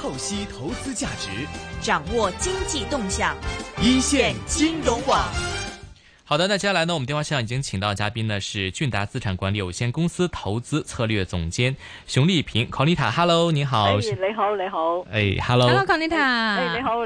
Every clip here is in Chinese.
透析投资价值， 掌握经济动向， 一线金融网。 好的，那接下来呢，我们电话线上已经请到嘉宾呢是俊达资产管理有限公司投资策略总监熊麗萍 Conita。Hello， 你好。 你好，你好。 Hello Conita。你好。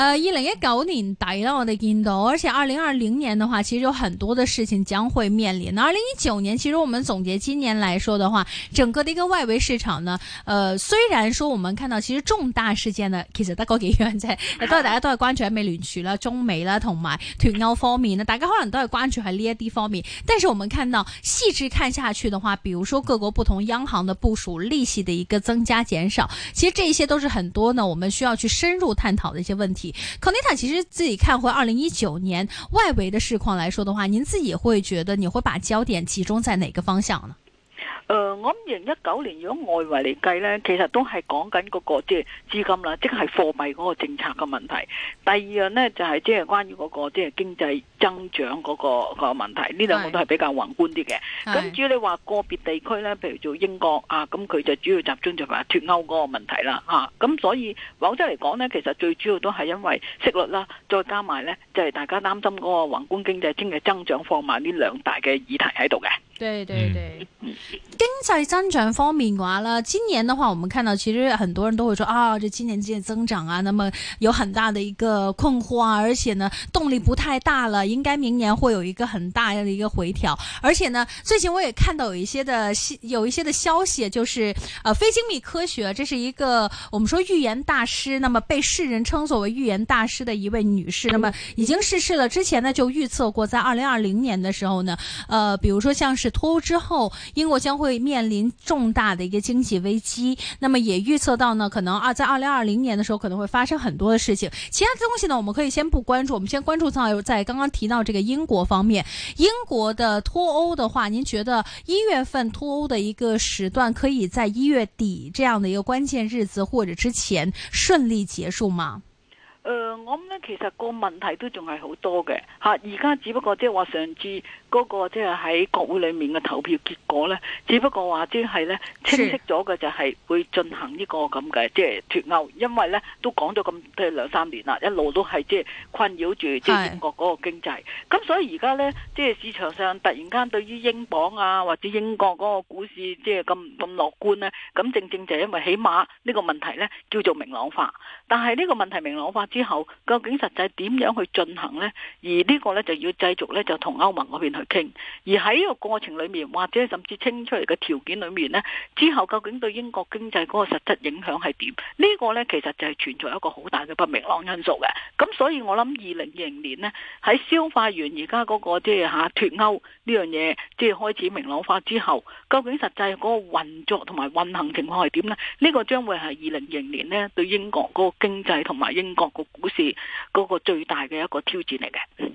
2019年底啦，我哋見到，而且2020年的話，其實有很多的事情將會面臨。2019年，其實我們總結今年來說的話，整個的一個外圍市場呢，雖然說我們看到其實重大事件呢，其實得嗰幾樣啫，都係大家都係關注喺美聯儲啦、中美啦同埋脫歐方面呢，大家可能都係關注喺呢一啲方面。但是我們看到細緻看下去的話，比如說各國不同央行的部署、利息的一個增加減少，其實這些都是很多呢，我們需要去深入探討的一些問題。Conita 其實自己看回2019年外圍的市況來說的話，您自己會覺得你會把焦點集中在哪個方向呢？ 我諗2019年如果外圍嚟計呢，其實都係講緊嗰個即係資金啦，即係貨幣嗰個政策嘅問題。第二樣呢，就係即係關於嗰個即係經濟增長嗰個問題，呢兩個都係比較宏觀啲嘅。咁至於你話個別地區呢，譬如做英國啊，咁佢就主要集中就話脫歐嗰個問題啦嚇。咁所以廣州嚟講呢，其實最主要都係因為息率啦，再加埋呢，就係大家擔心嗰個宏觀經濟增長放慢呢兩大嘅議題喺度嘅。 對，經濟增長方面嘅話呢，今年的話，我們看到其實很多人都會說啊，這今年經濟增長啊，那麼有很大的一個困惑啊，而且呢動力不太大了，應該明年會有一個很大的一個回調。而且呢，最近我也看到有一些的消息，就是非精密科學，這是一個我們說預言大師，那麼被世人稱作為預言大師的一位女士，那麼已經逝世了。之前呢就預測過，在2020年的時候呢，比如說像是脫歐之後，英國將會面臨重大的一個經濟危機，那麼也預測到呢，可能在2020年的時候可能會發生很多的事情。其他東西呢，我們可以先不關注，我們先關注在剛剛提到這個英國方面，英國的脫歐的話，您覺得1月份脫歐的一個時段可以在1月底這樣的一個關鍵日子或者之前順利結束嗎？ 我諗咧，其實個問題都仲係好多嘅嚇，而家只不過即係話上次嗰個即係喺國會裡面嘅投票結果咧，只不過話即係咧清晰咗嘅就係會進行呢個咁嘅即係脫歐，因為咧都講咗咁即係2-3年啦，一路都係即係困擾住即係英國嗰個經濟，咁所以而家咧即係市場上突然間對於英鎊啊或者英國嗰個股市即係咁樂觀咧，咁正正就係因為起碼呢個問題咧叫做明朗化，但係呢個問題明朗化之後，究竟實際點樣去進行呢？而呢個呢，就要繼續呢，就同歐盟嗰邊去傾。而喺呢個過程裏面，或者甚至傾出嚟嘅條件裏面呢，之後究竟對英國經濟嗰個實質影響係點？呢個呢，其實就係存在一個好大嘅不明朗因素嘅。咁所以我諗2020年呢，喺消化完而家嗰個即係脫歐呢樣嘢，即係開始明朗化之後，究竟實際嗰個運作同埋運行情況係點呢？呢個將會係2020年呢對英國嗰個經濟同埋英國個股市嗰個最大嘅一個挑戰嚟嘅。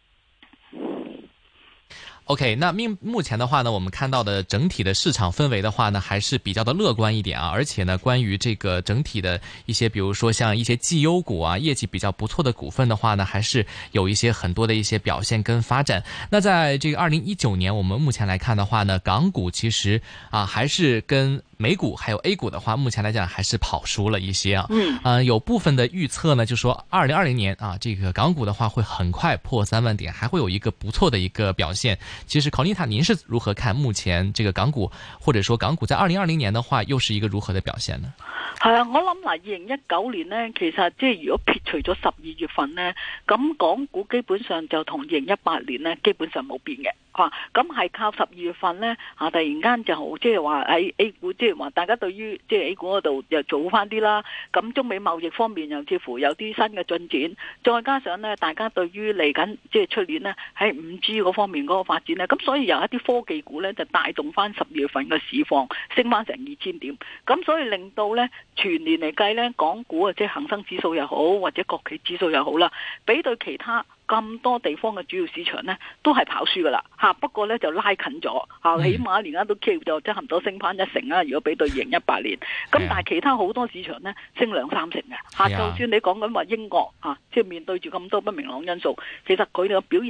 OK， 那目前的話呢，我們看到的整體的市場氛圍的話呢，還是比較的樂觀一點啊。而且呢，關於這個整體的一些，比如說像一些績優股啊，業績比較不錯的股份的話呢，還是有一些很多的一些表現跟發展。那在這個2019年，我們目前來看的話呢，港股其實還是跟美股還有 A 股的話，目前來講還是跑輸了一些啊。有部分的預測呢，就說2020年啊，這個港股的話會很快破3萬點，還會有一個不錯的一個表現。其實Conita，您是如何看目前這個港股，或者說港股在2020年的話，又是一個如何的表現呢？ 係啊，我諗2019年呢，其實即係如果撇除咗12月份呢，咁港股基本上就同2018年呢基本上冇變嘅。咁係靠12月份呢，突然間就好，即係話喺 A 股，即係話大家對於即係 A 股嗰度又做翻啲啦。咁中美貿易方面又似乎有啲新嘅進展，再加上呢，大家對於嚟緊即係出年呢喺5G 嗰方面嗰個發展呢，咁所以有一啲科技股呢就帶動翻12月份嘅市況升翻成2000點，咁所以令到呢全年嚟計呢，港股啊即係恒生指數又好或者國企指數又好啦，比對其他咁多地方嘅主要市場呢都係跑輸噶啦嚇，不過呢就拉近咗嚇，起碼而家都 keep 咗差唔多升翻1成啦。如果比對2018年，咁但係其他好多市場呢升2-3成嘅嚇，就算你講緊話英國嚇，即係面對住咁多不明朗因素，其實佢哋嘅表現都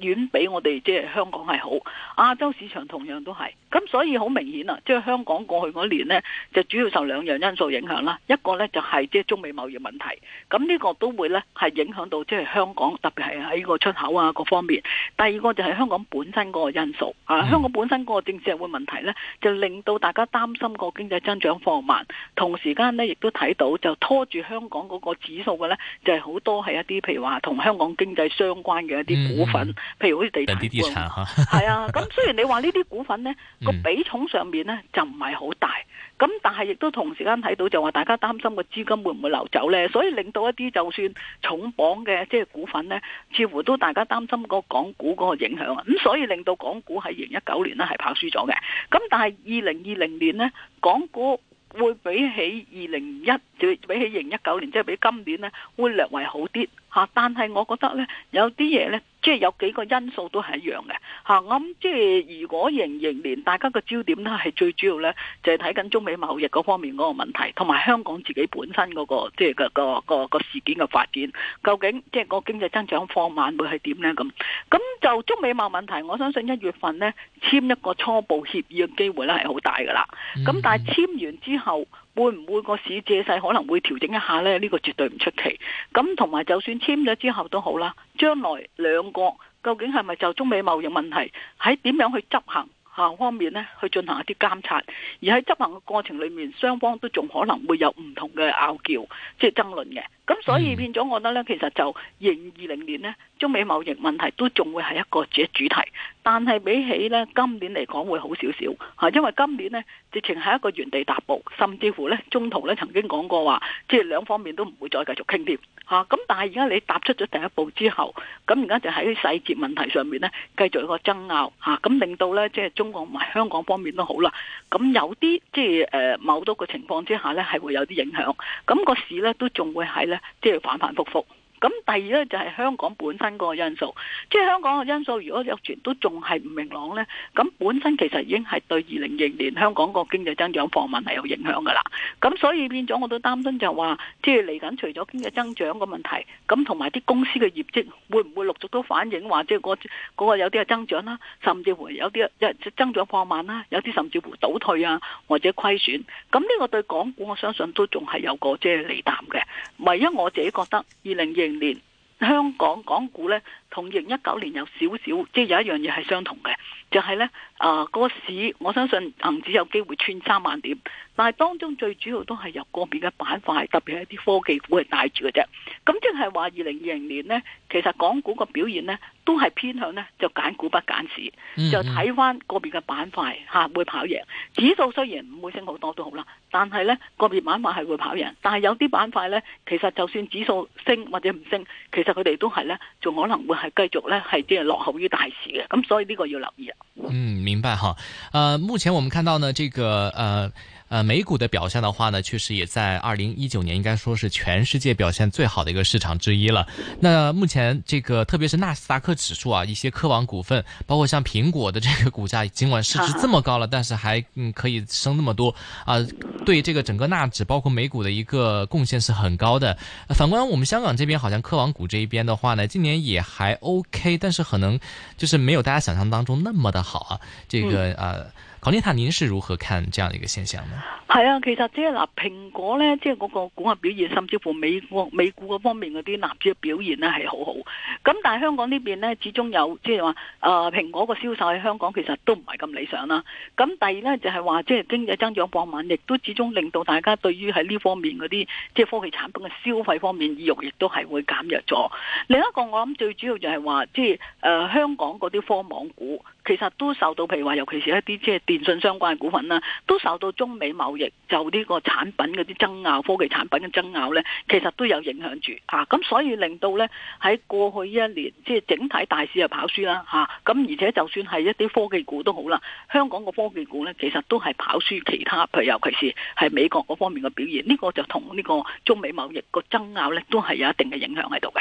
遠比我哋即係香港係好，亞洲市場同樣都係，咁所以好明顯啊，即係香港過去嗰年呢，就主要受兩樣因素影響啦，一個呢，就係即係中美貿易問題，咁呢個都會呢係影響到即係香港，特別係喺個出口啊各方面。第二個就係香港本身嗰個因素啊，香港本身嗰個政治社會問題呢，就令到大家擔心個經濟增長放慢，同時間呢，亦都睇到就拖住香港嗰個指數嘅呢，就係好多係一啲譬如話同香港經濟相關嘅一啲股份，譬如好似地產股，係啊，咁雖然你話呢啲股份呢個比重上面呢就唔係好大，咁但係亦都同時間睇到就話大家擔心個資金會唔會流走呢，所以令到一啲就算重磅嘅即係股份呢，似乎都大家擔心個港股嗰個影響啊，咁所以令到港股喺2019年呢係跑輸咗嘅，咁但係2020年呢，港股會比起2021，比起2019年，即係比今年呢，會略為好啲嚇。但係我覺得呢，有啲嘢呢，即係有幾個因素都係一樣嘅嚇。咁即係如果2020年大家個焦點呢係最主要呢，就係睇緊中美貿易嗰方面嗰個問題，同埋香港自己本身嗰個即係個事件嘅發展，究竟即係個經濟增長放慢會係點呢？咁就中美貿問題，我相信1月份呢，簽一個初步協議嘅機會呢係好大噶啦。咁但係簽完之後，會唔會個市借勢可能會調整一下呢？呢個絕對唔出奇。咁同埋就算簽咗之後都好啦，將來兩國究竟係咪就中美貿易問題喺點樣去執行方面呢去進行一啲監察，而喺執行嘅過程裏面，雙方都仲可能會有唔同嘅拗撬，即係爭論嘅。咁所以變咗，我覺得呢，其實就2020年呢，中美貿易問題都仲會係一個主題，但係比起呢今年嚟講會好少少嚇，因為今年呢直情係一個原地踏步，甚至乎呢中途呢曾經講過話，即係兩方面都唔會再繼續傾添嚇。咁但係而家你踏出咗第一步之後，咁而家就喺細節問題上面呢繼續一個爭拗嚇，咁令到呢即係中國同埋香港方面都好啦。咁有啲即係某多個情況之下呢係會有啲影響，咁個市呢都仲會係呢即係反反覆覆。咁第二咧就係香港本身嗰個因素，即係香港嘅因素，如果有傳都仲係唔明朗呢，咁本身其實已經係對2020年香港個經濟增長放慢係有影響噶啦。咁所以變咗我都擔心就話，即係嚟緊除咗經濟增長個問題，咁同埋啲公司嘅業績會唔會陸續都反映話，即係嗰個有啲係增長啦，甚至乎有啲增長放慢啦，有啲甚至乎倒退啊或者虧損。咁呢個對港股我相信都仲係有個即係利淡嘅。唯一我自己覺得2020年香港港股呢同2019年有少少，即係有一樣嘢係相同嘅，就係呢個市我相信恒指有機會穿3萬點，但係當中最主要都係由個別嘅板塊，特別係一啲科技股係帶住嘅啫。咁即係話2020年呢，其實港股個表現呢都係偏向呢，就揀股不揀市，就睇翻個別嘅板塊會跑贏。指數雖然唔會升好多都好啦，但係呢個別板塊係會跑贏。但係有啲板塊呢，其實就算指數升或者唔升，其實佢哋都係呢，仲可能會係繼續呢，係即係落後於大市嘅。咁所以呢個要留意啊。 明白哈。目前我們看到呢，這個美股的表現的話呢，確實也在2019年應該說是全世界表現最好的一個市場之一了。那目前這個特別是納斯達克指數啊，一些科網股份，包括像蘋果的這個股價，盡管市值這麼高了，但是還可以升那麼多啊，對這個整個納指包括美股的一個貢獻是很高的。反觀我們香港這邊，好像科網股這一邊的話呢，今年也還 OK，但是可能就是沒有大家想象當中那麼的好啊。這個考妮塔，您是如何看這樣的一個現象呢？ 係啊，其實即係嗱，蘋果咧，即係嗰個股價表現，甚至乎美股嗰方面嗰啲納指嘅表現咧係好好。咁但係香港呢邊咧，始終有即係話蘋果個銷售喺香港其實都唔係咁理想啦。咁第二咧就係話，即係經濟增長放慢，亦都始終令到大家對於喺呢方面嗰啲即係科技產品嘅消費方面意欲亦都係會減弱咗。另一個我諗最主要就係話，即係香港嗰啲科網股其實都受到，譬如話尤其是一啲即係電信相關嘅股份啦，都受到中美貿易就呢個產品嗰啲爭拗、科技產品嘅爭拗呢，其實都有影響住嚇。咁所以令到呢喺過去一年，即係整體大市又跑輸啦嚇。咁而且就算係一啲科技股都好啦，香港個科技股呢，其實都係跑輸其他，譬如尤其是係美國嗰方面嘅表現。呢個就同呢個中美貿易個爭拗呢，都係有一定嘅影響喺度嘅。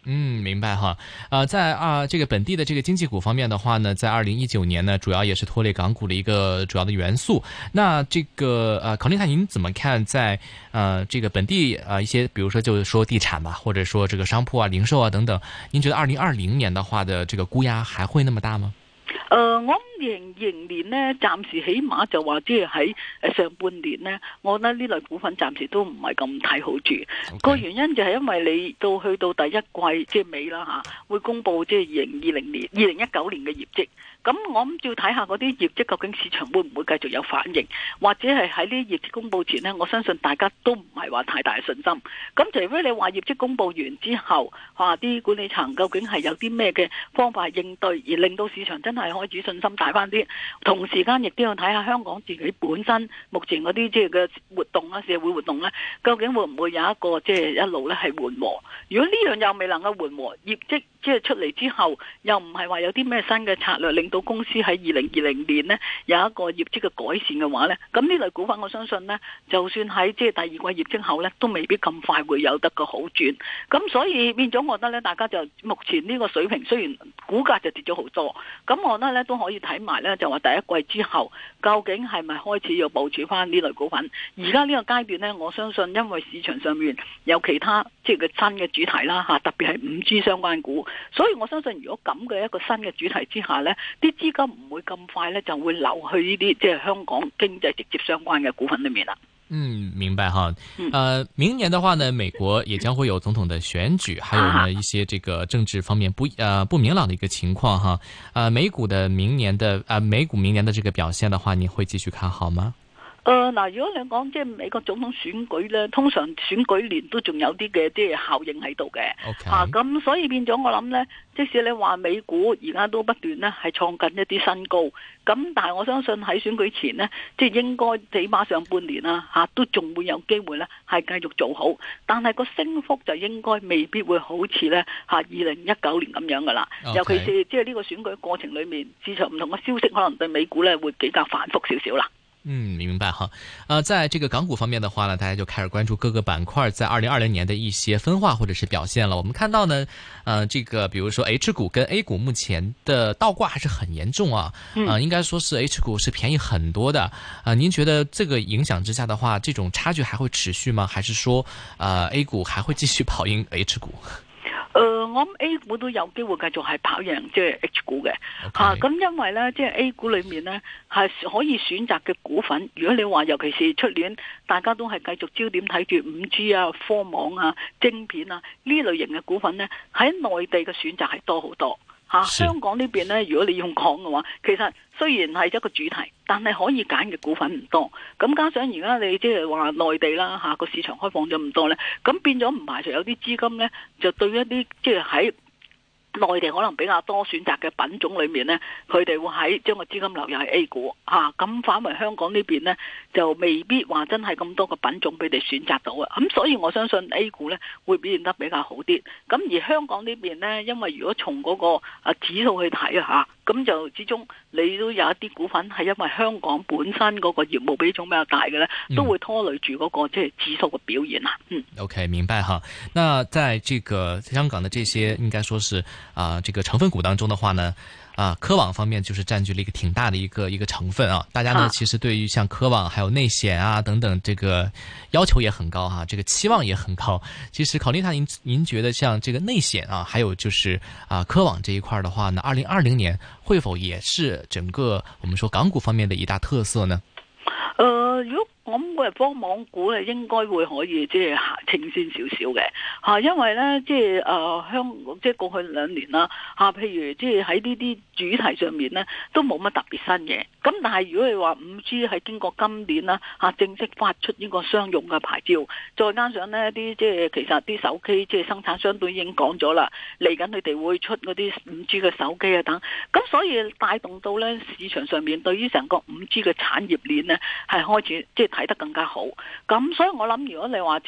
明白哈。在这个本地的这个经济股方面的话呢，在2019年呢，主要也是拖累港股的一个主要的元素。那这个考虑看您怎么看在这个本地一些，比如说就是说地產吧，或者說這個商鋪啊、零售啊等等，您覺得2020年的話的這個沽壓還會那麼大嗎？ 我2020年呢，暫時起碼就話即係喺上半年呢，我覺得呢類股份暫時都唔係咁睇好住。個原因就係因為你去到第一季即係尾啦嚇，會公布即係2019年嘅業績。咁我諗要睇下嗰啲業績究竟市場會唔會繼續有反應，或者係喺呢啲業績公佈前呢，我相信大家都唔係話太大嘅信心。咁除非你話業績公佈完之後，啲管理層究竟係有啲咩嘅方法應對，而令到市場真係開始信心大翻啲。同時間亦都要睇下香港自己本身目前嗰啲即係嘅活動啦、社會活動呢，究竟會唔會有一個即係一路咧係緩和？如果呢樣又未能夠緩和，業績即係出嚟之後，又唔係話有啲咩新嘅策略令到公司喺2020年呢有一個業績嘅改善嘅話呢，咁呢類股份我相信呢，就算喺即係第二季業績後呢，都未必咁快會有得個好轉。咁所以變咗，我覺得呢，大家就目前呢個水平雖然股價就跌咗好多，咁我覺得呢都可以睇埋呢，就話第一季之後究竟係咪開始要部署翻呢類股份？而家呢個階段呢，我相信因為市場上面有其他即係嘅新嘅主題啦嚇，特別係5G 相關股，所以我相信如果咁嘅一個新嘅主題之下呢，啲資金唔會咁快呢就會流去呢啲即係香港經濟直接相關嘅股份裏面啦。 明白哈。明年的話呢，美國也將會有總統的選舉，還有呢一些這個政治方面不明朗的一個情況哈。美股明年的這個表現的話，你會繼續看好嗎？ 嗱，如果你講即係美國總統選舉咧，通常選舉年都仲有啲嘅即係效應喺度嘅，咁所以變咗我諗咧，即使你話美股而家都不斷咧係創緊一啲新高，咁但係我相信喺選舉前呢，即係應該起碼上半年啦都仲會有機會咧係繼續做好，但係個升幅就應該未必會好似咧2019年咁樣噶啦，尤其是即係呢個選舉過程裏面，市場唔同嘅消息可能對美股咧會比較反覆少少啦。 明白哈。在這個港股方面的話呢，大家就開始關注各個板塊在2020年的一些分化或者是表現了。我們看到呢，這個比如說 H 股跟 A 股目前的倒掛還是很嚴重啊。應該說是 H 股是便宜很多的。您覺得這個影響之下的話，這種差距還會持續嗎？還是說A 股還會繼續跑贏 H 股？ 我諗 A 股都有機會繼續係跑贏即係 H 股嘅咁因為咧即係 A 股裏面咧係可以選擇嘅股份，如果你話尤其是出年大家都係繼續焦點睇住 5G 啊、科網啊、晶片啊呢類型嘅股份咧，喺內地嘅選擇係多好多。香港呢邊呢，如果你用講嘅話，其實雖然係一個主題，但係可以揀嘅股份唔多。咁加上而家你即係話內地啦個市場開放咗咁多呢，咁變咗唔排除有啲資金呢，就對一啲即係喺內地可能比較多選擇嘅品種裏面呢，佢哋會喺將個資金流入喺 A 股咁反為香港呢邊呢，就未必話真係咁多個品種俾你選擇到啊。咁所以我相信 A 股呢會表現得比較好啲。咁而香港呢邊呢，因為如果從嗰個指數去睇咁就始終你都有一啲股份係因為香港本身嗰個業務比重比較大嘅呢，都會拖累住嗰個即係指數嘅表現啊。 OK， 明白哈。那在這個香港的這些應該說是這個成分股當中的話呢，科網方面就是佔據了一個挺大的一個成分啊。大家呢其實對於像科網還有內險啊等等，這個要求也很高這個期望也很高。其實考慮下您覺得像這個內險還有就是科網這一塊的話呢，2020年會否也是整個我們說港股方面的一大特色呢？ 如果我諗個科網股咧，應該會可以即係清先少少嘅因為咧即係香港即係過去2年啦譬如即係喺呢啲主題上面咧都冇乜特別新嘢。咁但係如果你話 5G 係經過今年啦正式發出呢個商用嘅牌照，再加上呢啲即係其實啲手機即係生產商都已經講咗啦，嚟緊佢哋會出嗰啲 5G 嘅手機等，咁所以帶動到咧市場上面對於成個 5G 嘅產業鏈咧係開始即係睇得更加好。咁所以我諗如果你話即係喺出年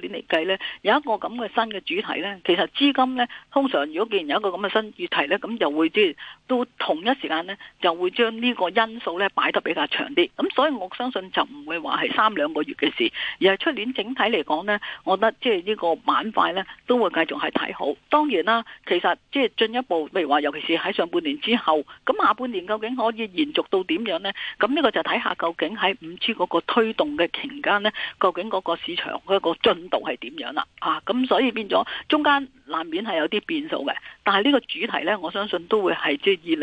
年嚟計呢，有一個咁嘅新嘅主題呢，其實資金呢，通常如果既然有一個咁嘅新主題呢，咁就會即係都同一時間呢，就會將呢個因素呢擺得比較長啲。咁所以我相信就唔會話係3-2個月嘅事，而係出年整體嚟講呢，我覺得即係呢個板塊呢都會繼續係睇好。當然啦，其實即係進一步，譬如話尤其是喺上半年之後，咁下半年究竟可以延續到點樣呢？咁呢個就睇下究竟喺5G嗰個推動嘅期間呢，究竟嗰個市場嗰個進度係點樣啦？咁所以變咗中間難免係有啲變數嘅。但係呢個主題呢，我相信都會係即係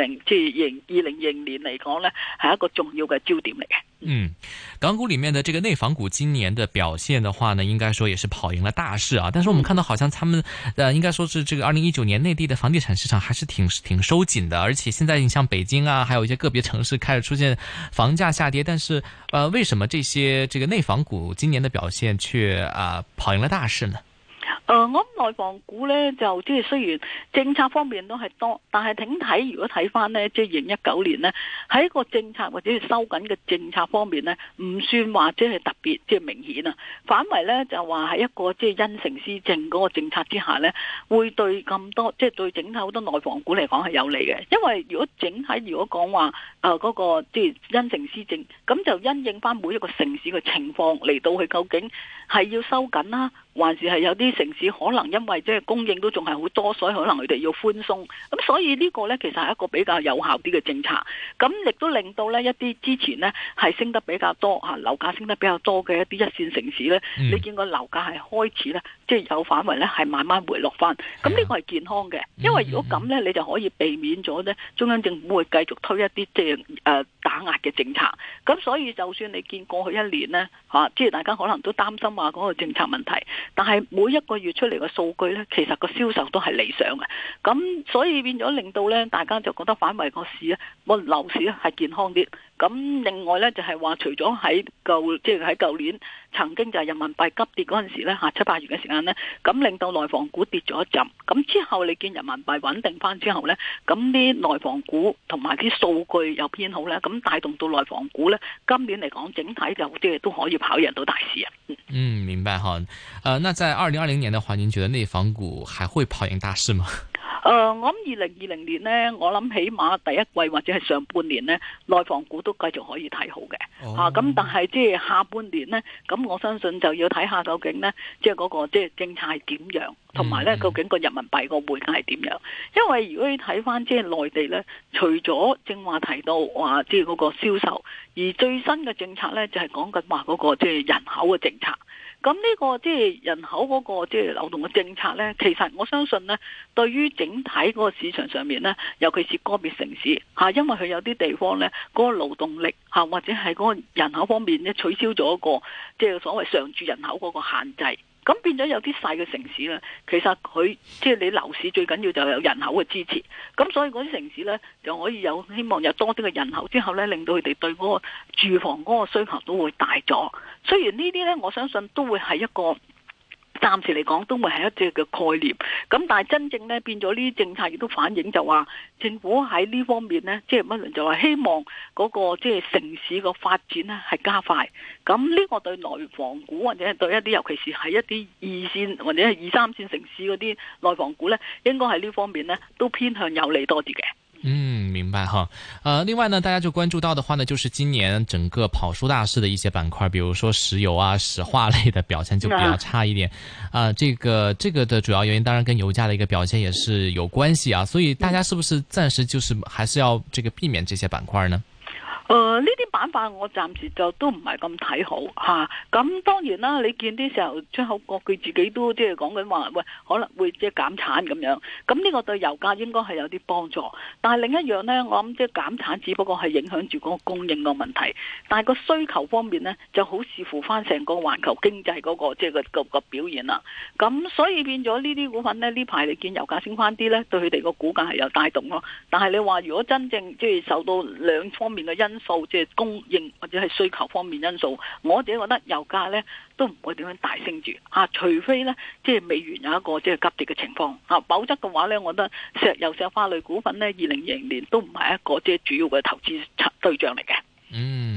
2020年嚟講呢，係一個重要嘅焦點嚟嘅。 港股裡面的這個內房股今年的表現的話呢，應該說也是跑贏了大市啊。但是我們看到好像他們，應該說是這個2019年內地的房地產市場還是挺收緊的，而且現在你像北京啊，還有一些個別城市開始出現房價下跌，但是為什麼這些這個內房股今年的表現卻跑贏了大市呢？ 我諗內房股呢，就即係雖然政策方面都係多，但係整體如果睇翻呢，即係2019年呢，喺個政策或者係收緊嘅政策方面呢，唔算話即係特別即係明顯啊。反為呢，就話喺一個即係因城施政嗰個政策之下呢，會對咁多即係對整體好多內房股嚟講係有利嘅。因為如果整體如果講話嗰個即係因城施政，咁就因應翻每一個城市嘅情況嚟到佢究竟係要收緊啦，還是係有啲城市可能因為即係供應都仲係好多，所以可能佢哋要寬鬆。咁所以呢個呢，其實係一個比較有效啲嘅政策。咁亦都令到呢一啲之前呢係升得比較多樓價升得比較多嘅一啲一線城市呢，你見個樓價係開始呢，即係有範圍呢係慢慢回落翻。咁呢個係健康嘅，因為如果咁呢，你就可以避免咗呢中央政府會繼續推一啲即係打壓嘅政策。咁所以就算你見過去一年呢，即係大家可能都擔心話嗰個政策問題，但係每一個月出嚟嘅數據呢，其實個銷售都係理想嘅。咁所以變咗令到呢，大家就覺得反為個市呢，個樓市呢係健康啲。咁另外呢，就係話，除咗喺舊年曾經就係人民幣急跌嗰陣時呢，7-8月嘅時間呢，咁令到內房股跌咗一陣。咁之後你見人民幣穩定翻之後呢，咁啲內房股同埋啲數據又偏好呢，咁帶動到內房股呢，今年嚟講整體就即係都可以跑贏到大市啊。 明白哈。那在2020年的話，您覺得內房股還會跑贏大市嗎？ 我諗2020年呢，我諗起碼第一季或者係上半年呢，內房股都繼續可以睇好嘅。咁但係即係下半年呢，咁我相信就要睇下究竟呢，即係嗰個即係政策係點樣，同埋呢究竟個人民幣個匯價係點樣。因為如果你睇翻即係內地呢，除咗正話提到話即係嗰個銷售，而最新嘅政策呢，就係講緊話嗰個即係人口嘅政策。咁呢個即係人口嗰個即係流動嘅政策呢，其實我相信呢，對於整體嗰個市場上面呢，尤其是個別城市因為佢有啲地方呢，嗰個勞動力或者係嗰個人口方面呢，取消咗一個即係所謂常住人口嗰個限制。咁變咗有啲細嘅城市咧，其實佢即係你樓市最緊要就有人口嘅支持，咁所以嗰啲城市咧就可以希望有多啲嘅人口之後咧，令到佢哋對嗰個住房嗰個需求都會大咗。雖然呢啲咧，我相信都會係一個暫時嚟講都會係一隻嘅概念，咁但係真正咧變咗呢啲政策亦都反映就話政府喺呢方面咧，即係乜就話希望嗰個即係城市個發展咧係加快。咁呢個對內房股或者係對一啲尤其是係一啲2線或者係2、3線城市嗰啲內房股咧，應該喺呢方面咧都偏向有利多啲嘅。 明白哈。另外呢，大家就關注到的話呢，就是今年整個跑輸大市的一些板塊，比如說石油啊、石化類的表現就比較差一點。這個的主要原因當然跟油價的一個表現也是有關係啊。所以大家是不是暫時就是還是要這個避免這些板塊呢？ 呢啲板塊我暫時就都唔係咁睇好嚇。咁當然啦，你見啲時候出口國佢自己都即係講緊話，喂，可能會即係減產咁樣。咁呢個對油價應該係有啲幫助。但係另一樣呢，我諗即係減產只不過係影響住嗰個供應個問題。但係個需求方面呢，就好視乎翻成個環球經濟嗰個即係個表現啦。咁所以變咗呢啲股份呢，呢排你見油價升翻啲呢，對佢哋個股價係有帶動咯。但係你話如果真正即係受到兩方面嘅因素，即係供應或者係需求方面因素，我自己覺得油價呢都唔會點樣大升住除非呢即係美元有一個即係急跌嘅情況否則嘅話呢，我覺得石油石化類股份呢，2020年都唔係一個即係主要嘅投資對象嚟嘅。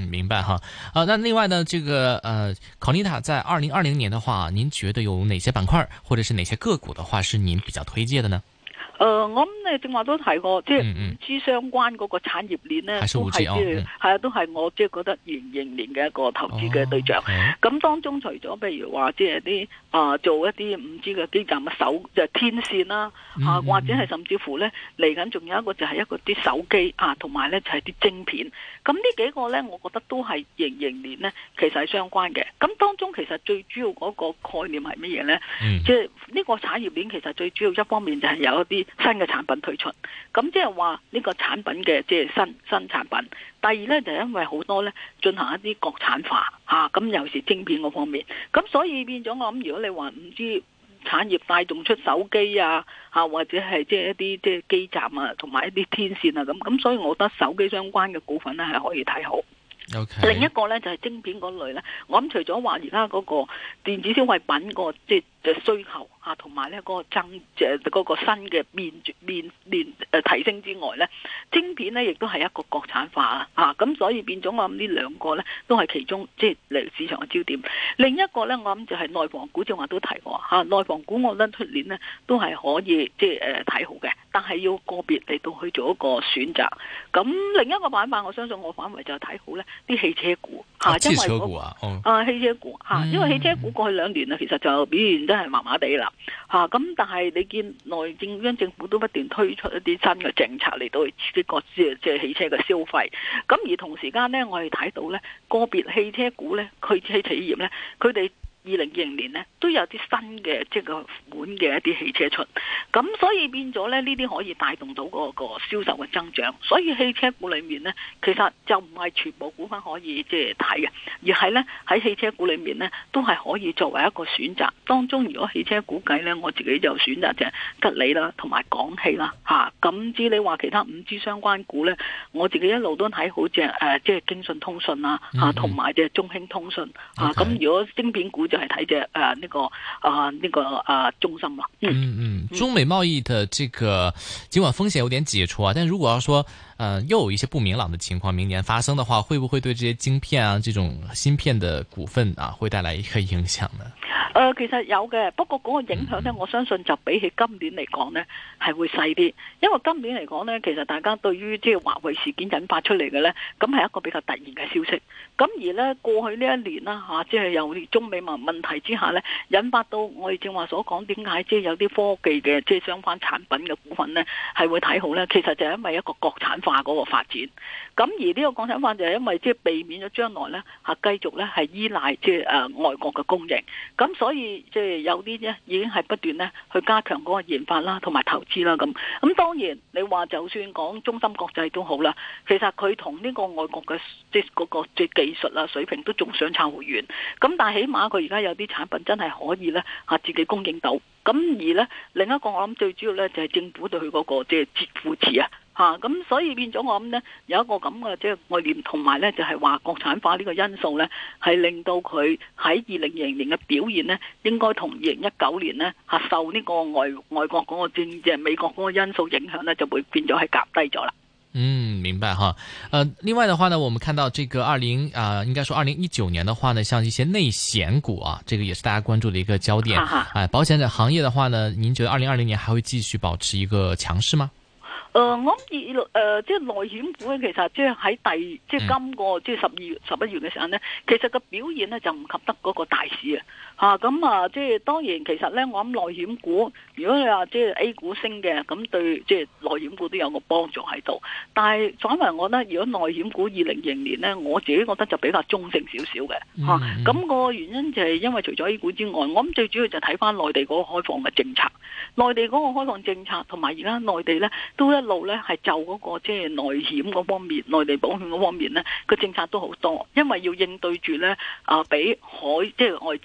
明白哈。那另外呢，这个Conita 在2020年的話，您覺得有哪些板塊或者是哪些個股的話，是您比較推介的呢？ 我諗你正話都提過，即係5G相關嗰個產業鏈咧，都係都係我即係覺得2020年嘅一個投資嘅對象。咁當中除咗譬如話即係啲做一啲5G嘅基站嘅就係天線啦，或者係甚至乎咧嚟緊仲有一個就係一個啲手機同埋咧就係啲晶片。咁呢幾個咧，我覺得都係2020年咧其實係相關嘅。咁當中其實最主要嗰個概念係乜嘢咧？即係呢個產業鏈其實最主要一方面就係有一啲新嘅產品推出，咁即係話呢個產品嘅即係新產品。第二咧就係因為好多咧進行一啲國產化咁尤其是晶片嗰方面，咁所以變咗我諗，如果你話唔知產業帶動出手機或者係即係一啲即係基站同埋一啲天線咁，所以我覺得手機相關嘅股份咧係可以睇好。 Okay. 另一個咧就係晶片嗰類咧，我諗除咗話而家嗰個電子消費品個即係需求同埋咧嗰個新嘅提升之外咧，晶片咧亦都係一個國產化咁所以變咗我諗呢兩個咧都係其中即係嚟市場嘅焦點。另一個咧我諗就係內房股，正話都提過內房股我覺得出年咧都係可以即係睇好嘅，但係要個別嚟到去做一個選擇。咁另一個板塊我相信我反為就睇好咧啲汽車股汽車股汽車股因為汽車股過去2年其實就表現真係麻麻地啦咁但係你見內中央政府都不斷推出一啲新嘅政策嚟到去刺激個即係汽車嘅消費。咁而同時間呢，我哋睇到呢個別汽車股呢，汽車企業呢，佢哋2020年呢都有啲新嘅即係個款嘅一啲汽車出，咁所以變咗咧呢啲可以帶動到嗰個銷售嘅增長。所以汽車股裏面呢，其實就唔係全部股份可以即係睇嘅，而係呢喺汽車股裏面呢，都係可以作為一個選擇。當中如果汽車股計呢，我自己就選擇隻吉利啦，同埋廣汽啦咁至你話其他5G 相關股呢，我自己一路都睇好隻即係京信通訊同埋隻中興通訊咁如果晶片股就係睇隻呢個中芯啦。 中美貿易的這個盡管風險有點解除但如果要說又有一些不明朗的情況明年發生的話，會不會對這些晶片這種芯片的股份會帶來一個影響呢？ 其實有嘅，不過嗰個影響呢，我相信就比起今年嚟講呢係會細啲，因為今年嚟講呢，其實大家對於即係華為事件引發出嚟嘅呢，咁係一個比較突然嘅消息。咁而呢過去呢一年啦即係由中美問題之下呢，引發到我哋正話所講，點解即係有啲科技嘅即係相關產品嘅股份呢係會睇好呢？其實就係因為一個國產化嗰個發展。咁而呢個國產化就係因為即係避免咗將來呢繼續呢係依賴即係外國嘅供應。咁所以即係有啲呢已經係不斷呢去加強嗰個研發啦，同埋投資啦咁。咁當然你話就算講中芯國際都好啦，其實佢同呢個外國嘅即係嗰個即係技術水平都仲相差好遠。咁但係起碼佢而家有啲產品真係可以呢自己供應到。咁而呢另一個我諗最主要呢就係政府對佢嗰個即係扶持咁所以變咗我諗呢有一個咁嘅即係概念，同埋呢就係話國產化呢個因素呢係令到佢喺2020年嘅表現呢應該同2019年呢受呢個外國嗰個即係美國嗰個因素影響呢就會變咗係夾低咗啦。 明白哈。另外的話呢，我們看到這個應該說2019年的話呢，像一些內險股這個也是大家關注的一個焦點。保險的行業的話呢，您覺得2020年還會繼續保持一個強勢嗎？ 我諗即係內險股咧，其實即係喺即係今個即係11月嘅時候呢，其實個表現呢就唔及得嗰個大市咁即係當然其實呢，我諗內險股如果你話即係 A 股升嘅，咁對即係內險股都有個幫助喺度。但係反為我覺得如果內險股2020年呢，我自己覺得就比較中性少少嘅咁個原因就係因為除咗 A 股之外，我諗最主要就睇翻內地嗰個開放嘅政策。內地嗰個開放政策同埋而家內地呢都一路呢係就嗰個即係內險嗰方面、內地保險嗰方面呢個政策都好多，因為要應對住呢俾即係外資嘅機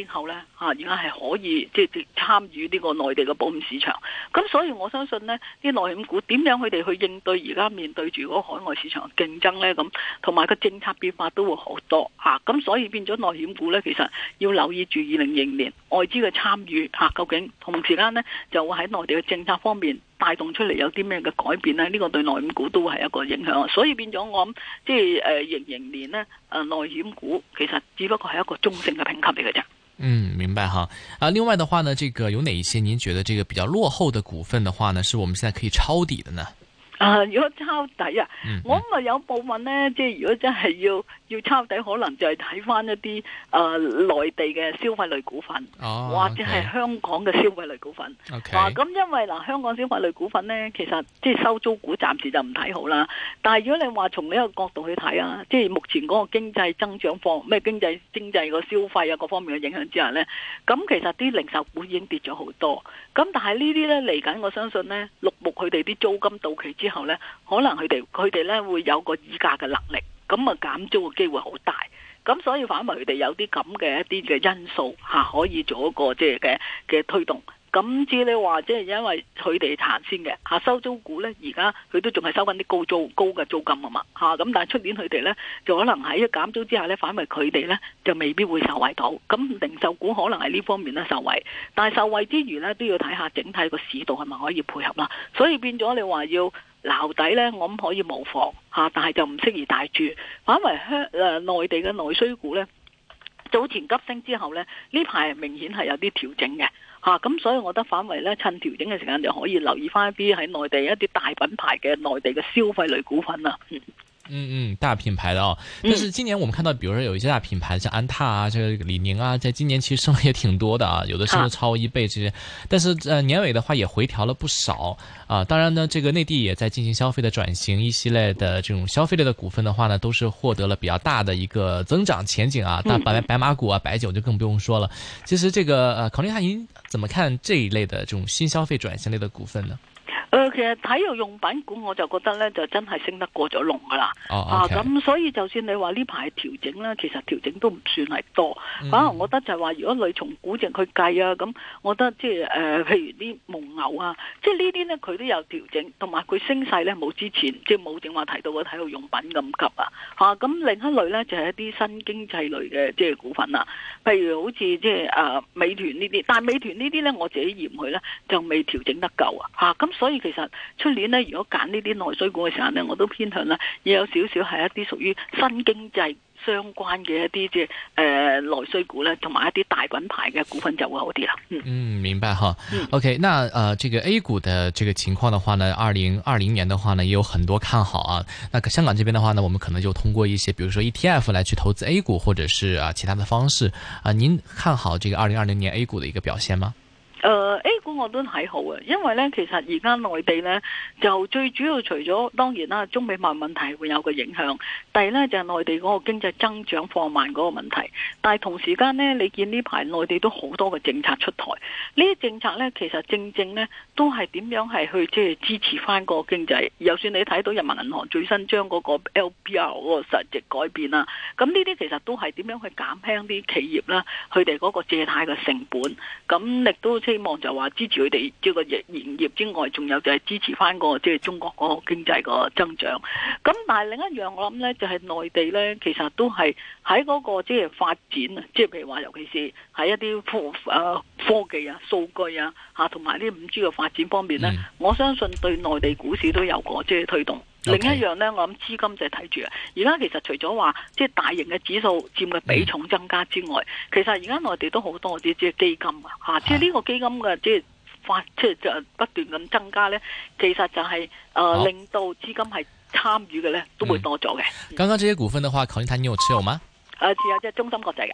機構咧而家係可以即係參與呢個內地嘅保險市場。咁所以我相信呢啲內險股點樣佢哋去應對而家面對住嗰個海外市場嘅競爭咧，咁同埋個政策變化都會好多咁所以變咗內險股咧，其實要留意住2020年外資嘅參與究竟同時間呢就會喺內地嘅政策方面帶動出嚟有啲咩嘅改變呢？呢個對內險股都係一個影響，所以變咗我諗即係2020年呢內險股其實只不過係一個中性嘅評級嚟嘅啫。 明白哈。另外的話呢，這個有哪一些您覺得這個比較落後的股份的話呢，是我們現在可以抄底的呢？ 如果抄底我諗有部分呢，即係如果真係要抄底，可能就係睇翻一啲內地嘅消費類股份，或者係香港嘅消費類股份。咁因為香港消費類股份呢，其實即係收租股暫時就唔睇好啦。但係如果你話從呢個角度去睇即係目前嗰個經濟增長咩經濟個消費各方面嘅影響之下呢，咁其實啲零售股已經跌咗好多。咁但係呢啲呢，嚟緊，我相信呢，陸續佢哋啲租金到期之後呢，可能佢哋呢會有個議價嘅能力，咁減租嘅機會好大。咁所以反為佢哋有啲咁嘅一啲嘅因素可以做一個即係嘅推動。咁至於你話即係因為佢哋行先嘅收租股呢，而家佢都仲係收緊啲高嘅租金啊嘛咁但係出年佢哋呢，就可能喺減租之下呢，反為佢哋呢就未必會受惠到。咁零售股可能係呢方面呢受惠，但係受惠之餘呢，都要睇下整體個市道係咪可以配合啦。所以變咗你話要撈底呢，我諗可以無妨但係就唔適宜大注。反為內地嘅內需股呢，早前急升之後呢，呢排明顯係有啲調整嘅咁所以我覺得反為咧，趁調整嘅時間就可以留意翻一啲喺內地一啲大品牌嘅內地嘅消費類股份啦。 大品牌的但是今年我們看到，比如說有一些大品牌，像安踏啊，這個李寧啊，在今年其實升也挺多的有的升了超1倍這些，但是年尾的話也回調了不少當然呢，這個內地也在進行消費的轉型，一系列的這種消費類的股份的話呢，都是獲得了比較大的一個增長前景但白馬股白酒就更不用說了。其實這個考慮下，您怎麼看這一類的這種新消費轉型類的股份呢？ 其實體育用品股我就覺得咧，就真係升得過咗龍噶啦。咁所以就算你話呢排調整咧，其實調整都唔算係多。可能我覺得就係話，如果你從估值去計咁我覺得即係譬如啲蒙牛即係呢啲咧，佢都有調整，同埋佢升勢咧冇之前即係冇正話提到嘅體育用品咁急咁另一類咧就係一啲新經濟類嘅即係股份啦，譬如好似即係美團呢啲，但係美團呢啲咧我自己嫌佢咧就未調整得夠咁所以其實出年呢，如果揀呢啲內需股嘅時候呢，我都偏向呢，要有少少係一啲屬於新經濟相關嘅一啲即係內需股呢，同埋一啲大品牌嘅股份就會好啲啦。 明白哈。OK，那這個 A 股的這個情況的話呢，2020年的話呢，也有很多看好那香港這邊的話呢，我們可能就通過一些，比如說 ETF 來去投資 A 股，或者是其他的方式您看好這個2020年 A 股的一個表現嗎 ？A 股我都睇好因為呢，其實而家內地呢，就最主要除咗當然啦，中美貿易問題會有個影響，第二呢，就係內地嗰個經濟增長放慢嗰個問題，但係同時間呢，你見呢排內地都好多嘅政策出台，呢啲政策呢，其實正正呢，都係點樣係去即係支持翻個經濟。就算你睇到人民銀行最新將嗰個 LPR 嗰個實值改變啦，咁呢啲其實都係點樣去減輕啲企業啦，佢哋嗰個借貸嘅成本，咁亦都希望就話支持佢哋即係個營業之外，仲有就係支持翻個即係中國嗰個經濟個增長。咁但係另一樣我諗呢，就係內地呢，其實都係喺嗰個即係發展啊，即係譬如話，尤其是喺一啲科技數據同埋啲5G 嘅發展方面呢，我相信對內地股市都有個即係推動。另一樣呢，我諗資金就係睇住而家其實除咗話即係大型嘅指數佔嘅比重增加之外，其實而家內地都好多啲即係基金即係呢個基金嘅即係就不斷咁增加呢，其實就係令到資金係參與嘅呢都會多咗嘅。 剛剛這些股份的話，考慮下你有持有嗎？ 持有即係中芯國際嘅。